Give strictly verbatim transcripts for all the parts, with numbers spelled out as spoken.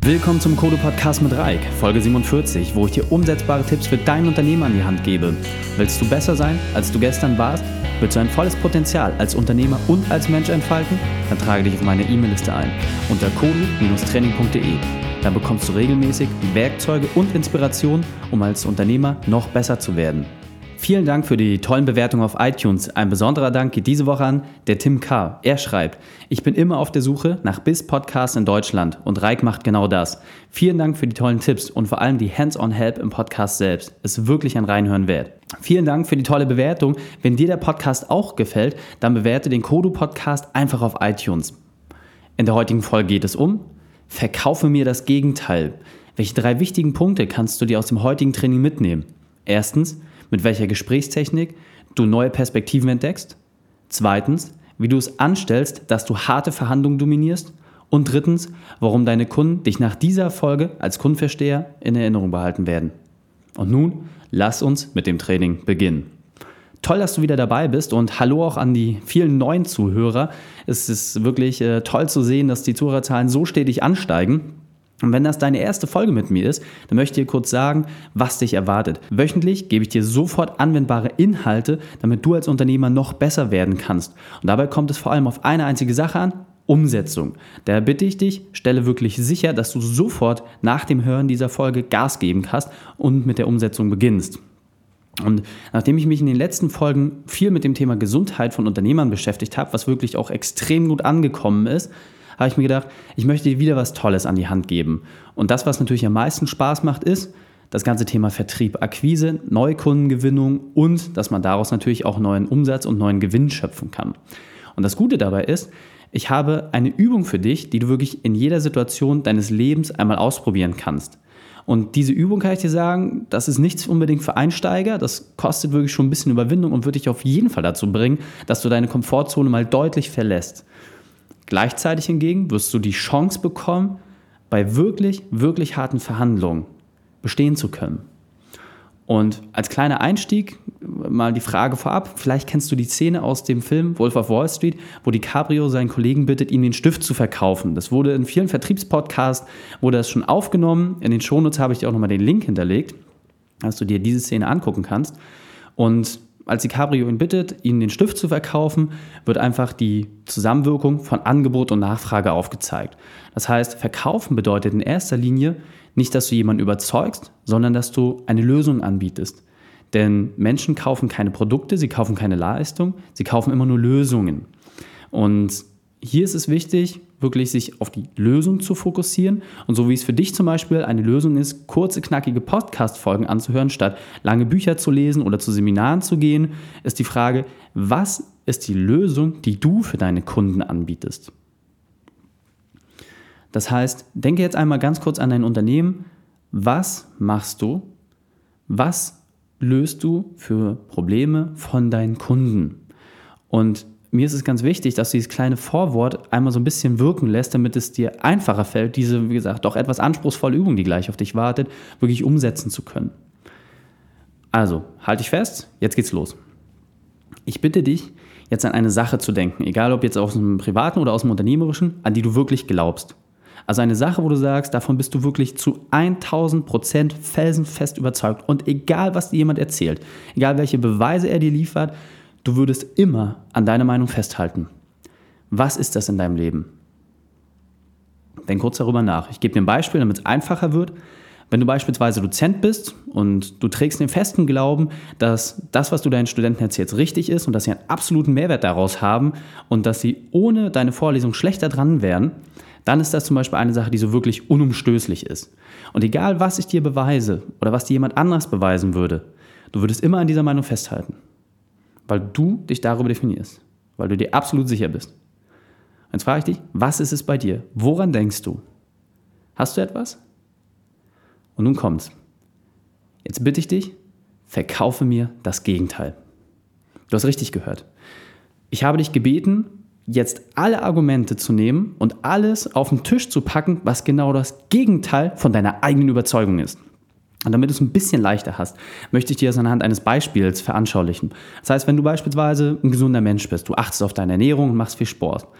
Willkommen zum Kodo-Podcast mit Raik, Folge siebenundvierzig, wo ich dir umsetzbare Tipps für dein Unternehmen an die Hand gebe. Willst du besser sein, als du gestern warst? Willst du ein volles Potenzial als Unternehmer und als Mensch entfalten? Dann trage dich auf meine E-Mail-Liste ein unter kodo Training punkt de. Dann bekommst du regelmäßig Werkzeuge und Inspiration, um als Unternehmer noch besser zu werden. Vielen Dank für die tollen Bewertungen auf iTunes. Ein besonderer Dank geht diese Woche an der Tim K. Er schreibt: Ich bin immer auf der Suche nach B I S-Podcasts in Deutschland und Raik macht genau das. Vielen Dank für die tollen Tipps und vor allem die Hands-on-Help im Podcast selbst. Ist wirklich ein Reinhören wert. Vielen Dank für die tolle Bewertung. Wenn dir der Podcast auch gefällt, dann bewerte den Kodo-Podcast einfach auf iTunes. In der heutigen Folge geht es um: Verkaufe mir das Gegenteil. Welche drei wichtigen Punkte kannst du dir aus dem heutigen Training mitnehmen? Erstens, mit welcher Gesprächstechnik du neue Perspektiven entdeckst. Zweitens, wie du es anstellst, dass du harte Verhandlungen dominierst. Und drittens, warum deine Kunden dich nach dieser Folge als Kundenversteher in Erinnerung behalten werden. Und nun, lass uns mit dem Training beginnen. Toll, dass du wieder dabei bist und hallo auch an die vielen neuen Zuhörer. Es ist wirklich äh, toll zu sehen, dass die Zuhörerzahlen so stetig ansteigen. Und wenn das deine erste Folge mit mir ist, dann möchte ich dir kurz sagen, was dich erwartet. Wöchentlich gebe ich dir sofort anwendbare Inhalte, damit du als Unternehmer noch besser werden kannst. Und dabei kommt es vor allem auf eine einzige Sache an: Umsetzung. Daher bitte ich dich, stelle wirklich sicher, dass du sofort nach dem Hören dieser Folge Gas geben kannst und mit der Umsetzung beginnst. Und nachdem ich mich in den letzten Folgen viel mit dem Thema Gesundheit von Unternehmern beschäftigt habe, was wirklich auch extrem gut angekommen ist, habe ich mir gedacht, ich möchte dir wieder was Tolles an die Hand geben. Und das, was natürlich am meisten Spaß macht, ist das ganze Thema Vertrieb, Akquise, Neukundengewinnung und dass man daraus natürlich auch neuen Umsatz und neuen Gewinn schöpfen kann. Und das Gute dabei ist, ich habe eine Übung für dich, die du wirklich in jeder Situation deines Lebens einmal ausprobieren kannst. Und diese Übung, kann ich dir sagen, das ist nichts unbedingt für Einsteiger, das kostet wirklich schon ein bisschen Überwindung und wird dich auf jeden Fall dazu bringen, dass du deine Komfortzone mal deutlich verlässt. Gleichzeitig hingegen wirst du die Chance bekommen, bei wirklich, wirklich harten Verhandlungen bestehen zu können. Und als kleiner Einstieg mal die Frage vorab: Vielleicht kennst du die Szene aus dem Film Wolf of Wall Street, wo DiCaprio seinen Kollegen bittet, ihm den Stift zu verkaufen. Das wurde in vielen Vertriebspodcasts, wurde das schon aufgenommen. In den Shownotes habe ich dir auch nochmal den Link hinterlegt, dass du dir diese Szene angucken kannst. Und als DiCaprio ihn bittet, ihnen den Stift zu verkaufen, wird einfach die Zusammenwirkung von Angebot und Nachfrage aufgezeigt. Das heißt, verkaufen bedeutet in erster Linie nicht, dass du jemanden überzeugst, sondern dass du eine Lösung anbietest. Denn Menschen kaufen keine Produkte, sie kaufen keine Leistung, sie kaufen immer nur Lösungen. Und hier ist es wichtig, wirklich sich auf die Lösung zu fokussieren. Und so wie es für dich zum Beispiel eine Lösung ist, kurze, knackige Podcast-Folgen anzuhören, statt lange Bücher zu lesen oder zu Seminaren zu gehen, ist die Frage: Was ist die Lösung, die du für deine Kunden anbietest? Das heißt, denke jetzt einmal ganz kurz an dein Unternehmen. Was machst du? Was löst du für Probleme von deinen Kunden? Und mir ist es ganz wichtig, dass du dieses kleine Vorwort einmal so ein bisschen wirken lässt, damit es dir einfacher fällt, diese, wie gesagt, doch etwas anspruchsvolle Übung, die gleich auf dich wartet, wirklich umsetzen zu können. Also, halte dich fest, jetzt geht's los. Ich bitte dich, jetzt an eine Sache zu denken, egal ob jetzt aus dem Privaten oder aus dem Unternehmerischen, an die du wirklich glaubst. Also eine Sache, wo du sagst, davon bist du wirklich zu tausend Prozent felsenfest überzeugt. Und egal, was dir jemand erzählt, egal welche Beweise er dir liefert, du würdest immer an deiner Meinung festhalten. Was ist das in deinem Leben? Denk kurz darüber nach. Ich gebe dir ein Beispiel, damit es einfacher wird. Wenn du beispielsweise Dozent bist und du trägst den festen Glauben, dass das, was du deinen Studenten erzählst, richtig ist und dass sie einen absoluten Mehrwert daraus haben und dass sie ohne deine Vorlesung schlechter dran wären, dann ist das zum Beispiel eine Sache, die so wirklich unumstößlich ist. Und egal, was ich dir beweise oder was dir jemand anderes beweisen würde, du würdest immer an dieser Meinung festhalten. Weil du dich darüber definierst, weil du dir absolut sicher bist. Und jetzt frage ich dich: Was ist es bei dir? Woran denkst du? Hast du etwas? Und nun kommt's. Jetzt bitte ich dich, verkaufe mir das Gegenteil. Du hast richtig gehört. Ich habe dich gebeten, jetzt alle Argumente zu nehmen und alles auf den Tisch zu packen, was genau das Gegenteil von deiner eigenen Überzeugung ist. Und damit du es ein bisschen leichter hast, möchte ich dir das anhand eines Beispiels veranschaulichen. Das heißt, wenn du beispielsweise ein gesunder Mensch bist, du achtest auf deine Ernährung und machst viel Sport,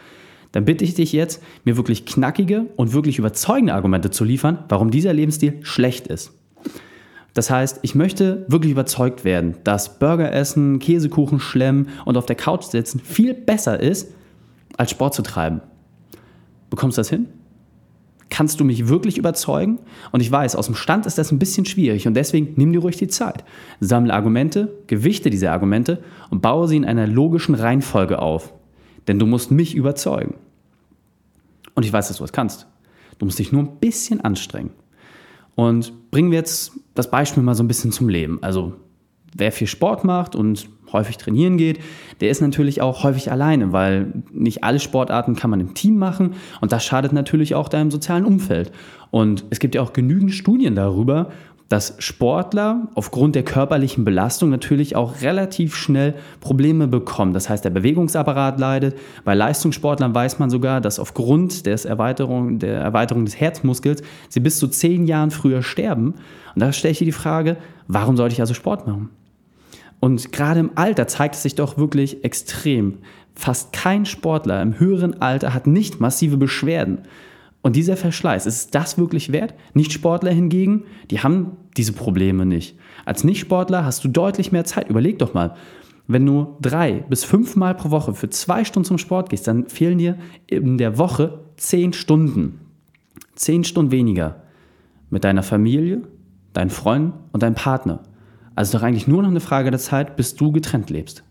dann bitte ich dich jetzt, mir wirklich knackige und wirklich überzeugende Argumente zu liefern, warum dieser Lebensstil schlecht ist. Das heißt, ich möchte wirklich überzeugt werden, dass Burger essen, Käsekuchen schlemmen und auf der Couch sitzen viel besser ist, als Sport zu treiben. Bekommst du das hin? Kannst du mich wirklich überzeugen? Und ich weiß, aus dem Stand ist das ein bisschen schwierig und deswegen nimm dir ruhig die Zeit. Sammle Argumente, gewichte diese Argumente und baue sie in einer logischen Reihenfolge auf. Denn du musst mich überzeugen. Und ich weiß, dass du das kannst. Du musst dich nur ein bisschen anstrengen. Und bringen wir jetzt das Beispiel mal so ein bisschen zum Leben. Also wer viel Sport macht und häufig trainieren geht, der ist natürlich auch häufig alleine, weil nicht alle Sportarten kann man im Team machen und das schadet natürlich auch deinem sozialen Umfeld. Und es gibt ja auch genügend Studien darüber, dass Sportler aufgrund der körperlichen Belastung natürlich auch relativ schnell Probleme bekommen. Das heißt, der Bewegungsapparat leidet. Bei Leistungssportlern weiß man sogar, dass aufgrund des Erweiterung, der Erweiterung des Herzmuskels sie bis zu zehn Jahren früher sterben. Und da stelle ich dir die Frage, warum sollte ich also Sport machen? Und gerade im Alter zeigt es sich doch wirklich extrem. Fast kein Sportler im höheren Alter hat nicht massive Beschwerden. Und dieser Verschleiß, ist das wirklich wert? Nichtsportler hingegen, die haben diese Probleme nicht. Als Nichtsportler hast du deutlich mehr Zeit. Überleg doch mal, wenn du drei bis fünf Mal pro Woche für zwei Stunden zum Sport gehst, dann fehlen dir in der Woche zehn Stunden. Zehn Stunden weniger mit deiner Familie, deinen Freunden und deinem Partner. Also doch eigentlich nur noch eine Frage der Zeit, bis du getrennt lebst.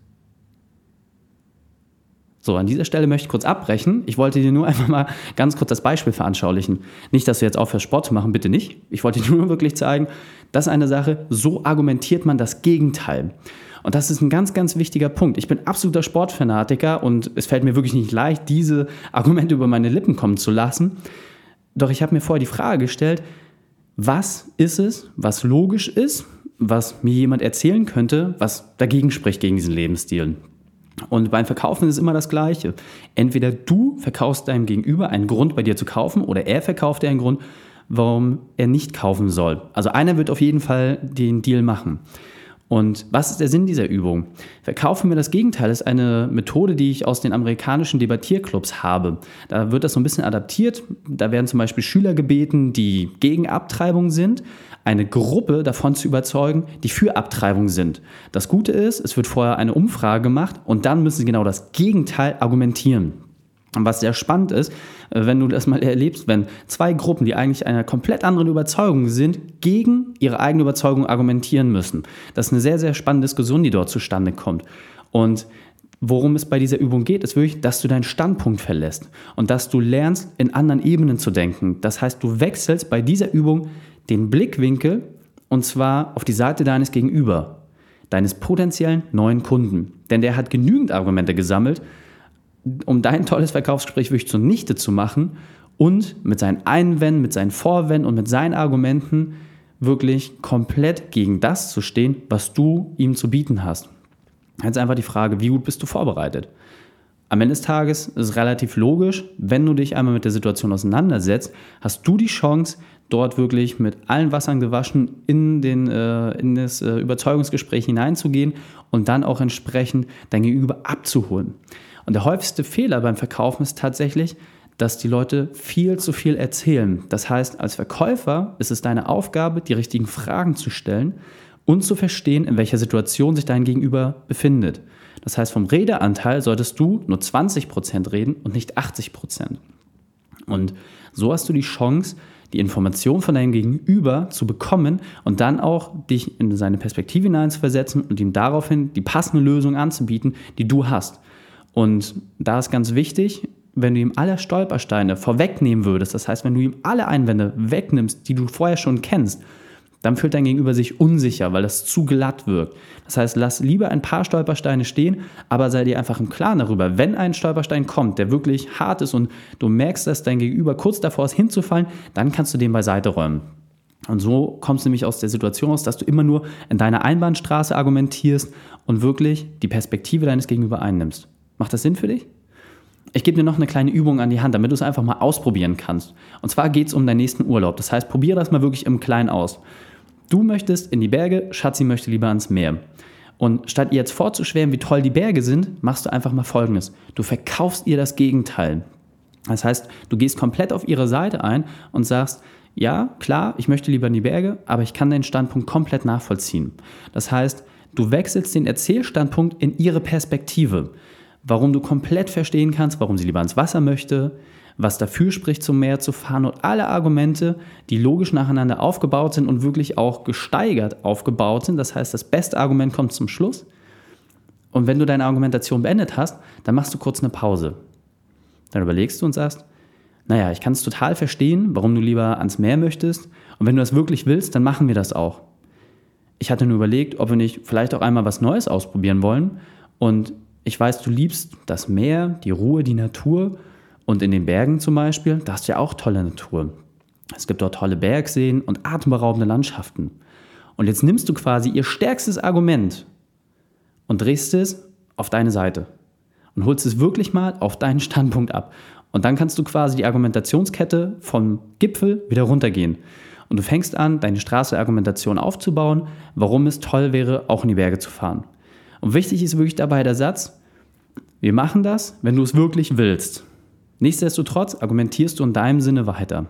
So, an dieser Stelle möchte ich kurz abbrechen. Ich wollte dir nur einfach mal ganz kurz das Beispiel veranschaulichen. Nicht, dass du jetzt aufhörst, Sport zu machen, bitte nicht. Ich wollte dir nur wirklich zeigen, das ist eine Sache, so argumentiert man das Gegenteil. Und das ist ein ganz, ganz wichtiger Punkt. Ich bin absoluter Sportfanatiker und es fällt mir wirklich nicht leicht, diese Argumente über meine Lippen kommen zu lassen. Doch ich habe mir vorher die Frage gestellt, was ist es, was logisch ist, was mir jemand erzählen könnte, was dagegen spricht gegen diesen Lebensstil. Und beim Verkaufen ist es immer das Gleiche. Entweder du verkaufst deinem Gegenüber einen Grund, bei dir zu kaufen, oder er verkauft dir einen Grund, warum er nicht kaufen soll. Also einer wird auf jeden Fall den Deal machen. Und was ist der Sinn dieser Übung? Verkaufen mir das Gegenteil ist eine Methode, die ich aus den amerikanischen Debattierclubs habe. Da wird das so ein bisschen adaptiert. Da werden zum Beispiel Schüler gebeten, die gegen Abtreibung sind, eine Gruppe davon zu überzeugen, die für Abtreibung sind. Das Gute ist, es wird vorher eine Umfrage gemacht und dann müssen sie genau das Gegenteil argumentieren. Und was sehr spannend ist, wenn du das mal erlebst, wenn zwei Gruppen, die eigentlich einer komplett anderen Überzeugung sind, gegen ihre eigene Überzeugung argumentieren müssen. Das ist eine sehr, sehr spannende Diskussion, die dort zustande kommt. Und worum es bei dieser Übung geht, ist wirklich, dass du deinen Standpunkt verlässt und dass du lernst, in anderen Ebenen zu denken. Das heißt, du wechselst bei dieser Übung den Blickwinkel und zwar auf die Seite deines Gegenüber, deines potenziellen neuen Kunden. Denn der hat genügend Argumente gesammelt, um dein tolles Verkaufsgespräch wirklich zunichte zu machen und mit seinen Einwänden, mit seinen Vorwänden und mit seinen Argumenten wirklich komplett gegen das zu stehen, was du ihm zu bieten hast. Jetzt einfach die Frage, wie gut bist du vorbereitet? Am Ende des Tages ist es relativ logisch, wenn du dich einmal mit der Situation auseinandersetzt, hast du die Chance, dort wirklich mit allen Wassern gewaschen in, den, äh, in das äh, Überzeugungsgespräch hineinzugehen und dann auch entsprechend dein Gegenüber abzuholen. Und der häufigste Fehler beim Verkaufen ist tatsächlich, dass die Leute viel zu viel erzählen. Das heißt, als Verkäufer ist es deine Aufgabe, die richtigen Fragen zu stellen und zu verstehen, in welcher Situation sich dein Gegenüber befindet. Das heißt, vom Redeanteil solltest du nur zwanzig Prozent reden und nicht achtzig Prozent. Und so hast du die Chance, die Information von deinem Gegenüber zu bekommen und dann auch dich in seine Perspektive hineinzuversetzen und ihm daraufhin die passende Lösung anzubieten, die du hast. Und da ist ganz wichtig, wenn du ihm alle Stolpersteine vorwegnehmen würdest, das heißt, wenn du ihm alle Einwände wegnimmst, die du vorher schon kennst, dann fühlt dein Gegenüber sich unsicher, weil das zu glatt wirkt. Das heißt, lass lieber ein paar Stolpersteine stehen, aber sei dir einfach im Klaren darüber, wenn ein Stolperstein kommt, der wirklich hart ist und du merkst, dass dein Gegenüber kurz davor ist hinzufallen, dann kannst du den beiseite räumen. Und so kommst du nämlich aus der Situation raus, dass du immer nur in deiner Einbahnstraße argumentierst und wirklich die Perspektive deines Gegenüber einnimmst. Macht das Sinn für dich? Ich gebe dir noch eine kleine Übung an die Hand, damit du es einfach mal ausprobieren kannst. Und zwar geht es um deinen nächsten Urlaub. Das heißt, probiere das mal wirklich im Kleinen aus. Du möchtest in die Berge, Schatzi möchte lieber ans Meer. Und statt ihr jetzt vorzuschwärmen, wie toll die Berge sind, machst du einfach mal Folgendes. Du verkaufst ihr das Gegenteil. Das heißt, du gehst komplett auf ihre Seite ein und sagst, ja, klar, ich möchte lieber in die Berge, aber ich kann deinen Standpunkt komplett nachvollziehen. Das heißt, du wechselst den Erzählstandpunkt in ihre Perspektive, warum du komplett verstehen kannst, warum sie lieber ans Wasser möchte, was dafür spricht, zum Meer zu fahren und alle Argumente, die logisch nacheinander aufgebaut sind und wirklich auch gesteigert aufgebaut sind. Das heißt, das beste Argument kommt zum Schluss. Und wenn du deine Argumentation beendet hast, dann machst du kurz eine Pause. Dann überlegst du und sagst, naja, ich kann es total verstehen, warum du lieber ans Meer möchtest. Und wenn du das wirklich willst, dann machen wir das auch. Ich hatte nur überlegt, ob wir nicht vielleicht auch einmal was Neues ausprobieren wollen. Und ich weiß, du liebst das Meer, die Ruhe, die Natur. Und in den Bergen zum Beispiel, da hast du ja auch tolle Natur. Es gibt dort tolle Bergseen und atemberaubende Landschaften. Und jetzt nimmst du quasi ihr stärkstes Argument und drehst es auf deine Seite. Und holst es wirklich mal auf deinen Standpunkt ab. Und dann kannst du quasi die Argumentationskette vom Gipfel wieder runtergehen. Und du fängst an, deine Straße-Argumentation aufzubauen, warum es toll wäre, auch in die Berge zu fahren. Und wichtig ist wirklich dabei der Satz, wir machen das, wenn du es wirklich willst. Nichtsdestotrotz argumentierst du in deinem Sinne weiter.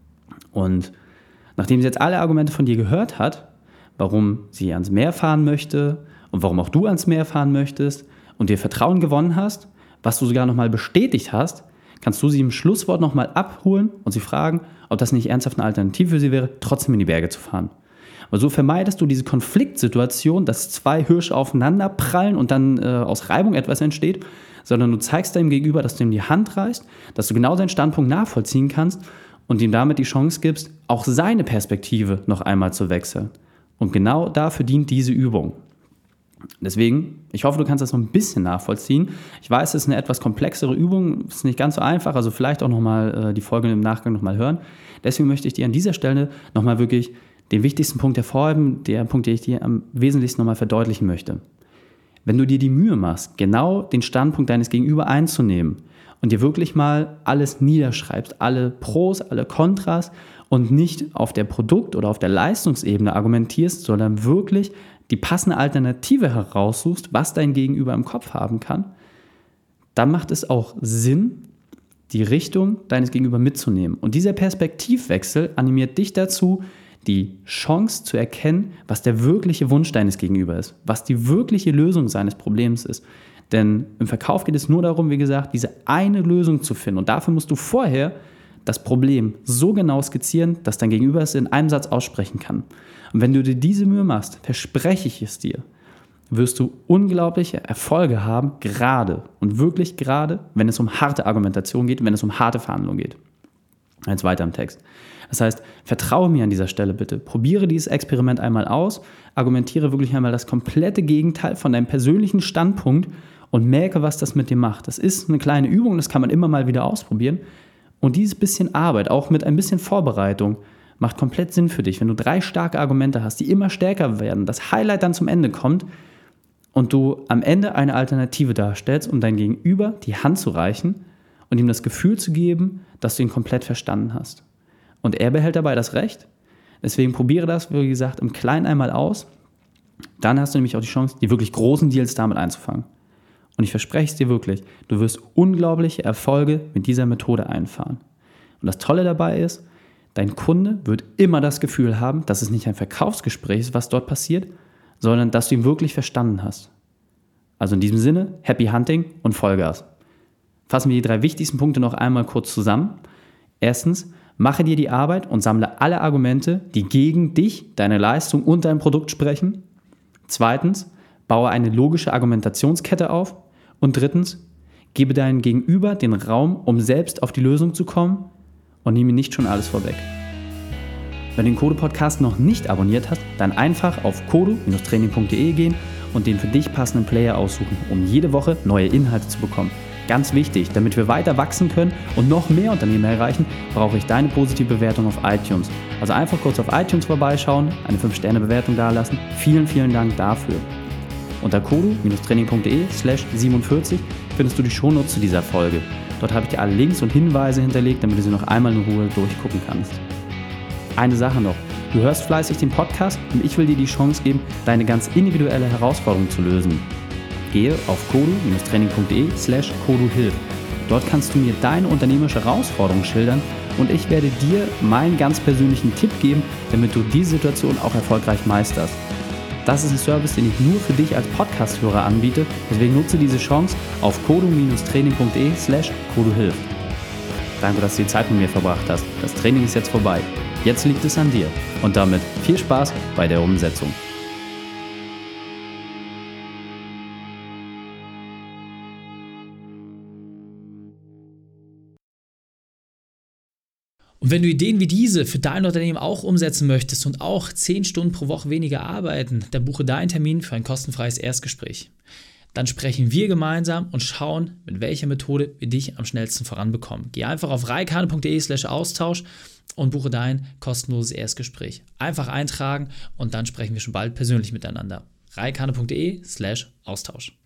Und nachdem sie jetzt alle Argumente von dir gehört hat, warum sie ans Meer fahren möchte und warum auch du ans Meer fahren möchtest und dir Vertrauen gewonnen hast, was du sogar nochmal bestätigt hast, kannst du sie im Schlusswort nochmal abholen und sie fragen, ob das nicht ernsthaft eine Alternative für sie wäre, trotzdem in die Berge zu fahren. Weil so vermeidest du diese Konfliktsituation, dass zwei Hirsche aufeinander prallen und dann äh, aus Reibung etwas entsteht, sondern du zeigst deinem Gegenüber, dass du ihm die Hand reichst, dass du genau seinen Standpunkt nachvollziehen kannst und ihm damit die Chance gibst, auch seine Perspektive noch einmal zu wechseln. Und genau dafür dient diese Übung. Deswegen, ich hoffe, du kannst das noch ein bisschen nachvollziehen. Ich weiß, es ist eine etwas komplexere Übung, es ist nicht ganz so einfach, also vielleicht auch nochmal äh, die Folge im Nachgang nochmal hören. Deswegen möchte ich dir an dieser Stelle nochmal wirklich den wichtigsten Punkt hervorheben, der Punkt, den ich dir am wesentlichsten nochmal verdeutlichen möchte. Wenn du dir die Mühe machst, genau den Standpunkt deines Gegenüber einzunehmen und dir wirklich mal alles niederschreibst, alle Pros, alle Kontras und nicht auf der Produkt- oder auf der Leistungsebene argumentierst, sondern wirklich die passende Alternative heraussuchst, was dein Gegenüber im Kopf haben kann, dann macht es auch Sinn, die Richtung deines Gegenüber mitzunehmen. Und dieser Perspektivwechsel animiert dich dazu, die Chance zu erkennen, was der wirkliche Wunsch deines Gegenüber ist, was die wirkliche Lösung seines Problems ist. Denn im Verkauf geht es nur darum, wie gesagt, diese eine Lösung zu finden. Und dafür musst du vorher das Problem so genau skizzieren, dass dein Gegenüber es in einem Satz aussprechen kann. Und wenn du dir diese Mühe machst, verspreche ich es dir, wirst du unglaubliche Erfolge haben, gerade und wirklich gerade, wenn es um harte Argumentation geht, wenn es um harte Verhandlungen geht. Jetzt weiter im Text. Das heißt, vertraue mir an dieser Stelle bitte. Probiere dieses Experiment einmal aus, argumentiere wirklich einmal das komplette Gegenteil von deinem persönlichen Standpunkt und merke, was das mit dir macht. Das ist eine kleine Übung, das kann man immer mal wieder ausprobieren. Und dieses bisschen Arbeit, auch mit ein bisschen Vorbereitung, macht komplett Sinn für dich. Wenn du drei starke Argumente hast, die immer stärker werden, das Highlight dann zum Ende kommt und du am Ende eine Alternative darstellst, um dein Gegenüber die Hand zu reichen und ihm das Gefühl zu geben, dass du ihn komplett verstanden hast. Und er behält dabei das Recht. Deswegen probiere das, wie gesagt, im Kleinen einmal aus. Dann hast du nämlich auch die Chance, die wirklich großen Deals damit einzufangen. Und ich verspreche es dir wirklich, du wirst unglaubliche Erfolge mit dieser Methode einfahren. Und das Tolle dabei ist, dein Kunde wird immer das Gefühl haben, dass es nicht ein Verkaufsgespräch ist, was dort passiert, sondern dass du ihn wirklich verstanden hast. Also in diesem Sinne, Happy Hunting und Vollgas. Fassen wir die drei wichtigsten Punkte noch einmal kurz zusammen. Erstens, mache dir die Arbeit und sammle alle Argumente, die gegen dich, deine Leistung und dein Produkt sprechen. Zweitens, baue eine logische Argumentationskette auf. Und drittens, gebe deinem Gegenüber den Raum, um selbst auf die Lösung zu kommen und nehme nicht schon alles vorweg. Wenn du den Kodo-Podcast noch nicht abonniert hast, dann einfach auf kodo Training punkt de gehen und den für dich passenden Player aussuchen, um jede Woche neue Inhalte zu bekommen. Ganz wichtig, damit wir weiter wachsen können und noch mehr Unternehmen erreichen, brauche ich deine positive Bewertung auf iTunes. Also einfach kurz auf iTunes vorbeischauen, eine fünf Sterne Bewertung dalassen. Vielen, vielen Dank dafür. Unter kodo Training punkt de slash siebenundvierzig findest du die Shownotes zu dieser Folge. Dort habe ich dir alle Links und Hinweise hinterlegt, damit du sie noch einmal in Ruhe durchgucken kannst. Eine Sache noch. Du hörst fleißig den Podcast und ich will dir die Chance geben, deine ganz individuelle Herausforderung zu lösen. Gehe auf kodo Training punkt de slash kodohilf. Dort kannst du mir deine unternehmerische Herausforderung schildern und ich werde dir meinen ganz persönlichen Tipp geben, damit du diese Situation auch erfolgreich meisterst. Das ist ein Service, den ich nur für dich als Podcast-Hörer anbiete, deswegen nutze diese Chance auf kodo-training.de slash kodohilft. Danke, dass du die Zeit mit mir verbracht hast. Das Training ist jetzt vorbei. Jetzt liegt es an dir. Und damit viel Spaß bei der Umsetzung. Und wenn du Ideen wie diese für dein Unternehmen auch umsetzen möchtest und auch zehn Stunden pro Woche weniger arbeiten, dann buche deinen Termin für ein kostenfreies Erstgespräch. Dann sprechen wir gemeinsam und schauen, mit welcher Methode wir dich am schnellsten voranbekommen. Geh einfach auf reikane.de slash Austausch und buche dein kostenloses Erstgespräch. Einfach eintragen und dann sprechen wir schon bald persönlich miteinander. reikane.de slash Austausch.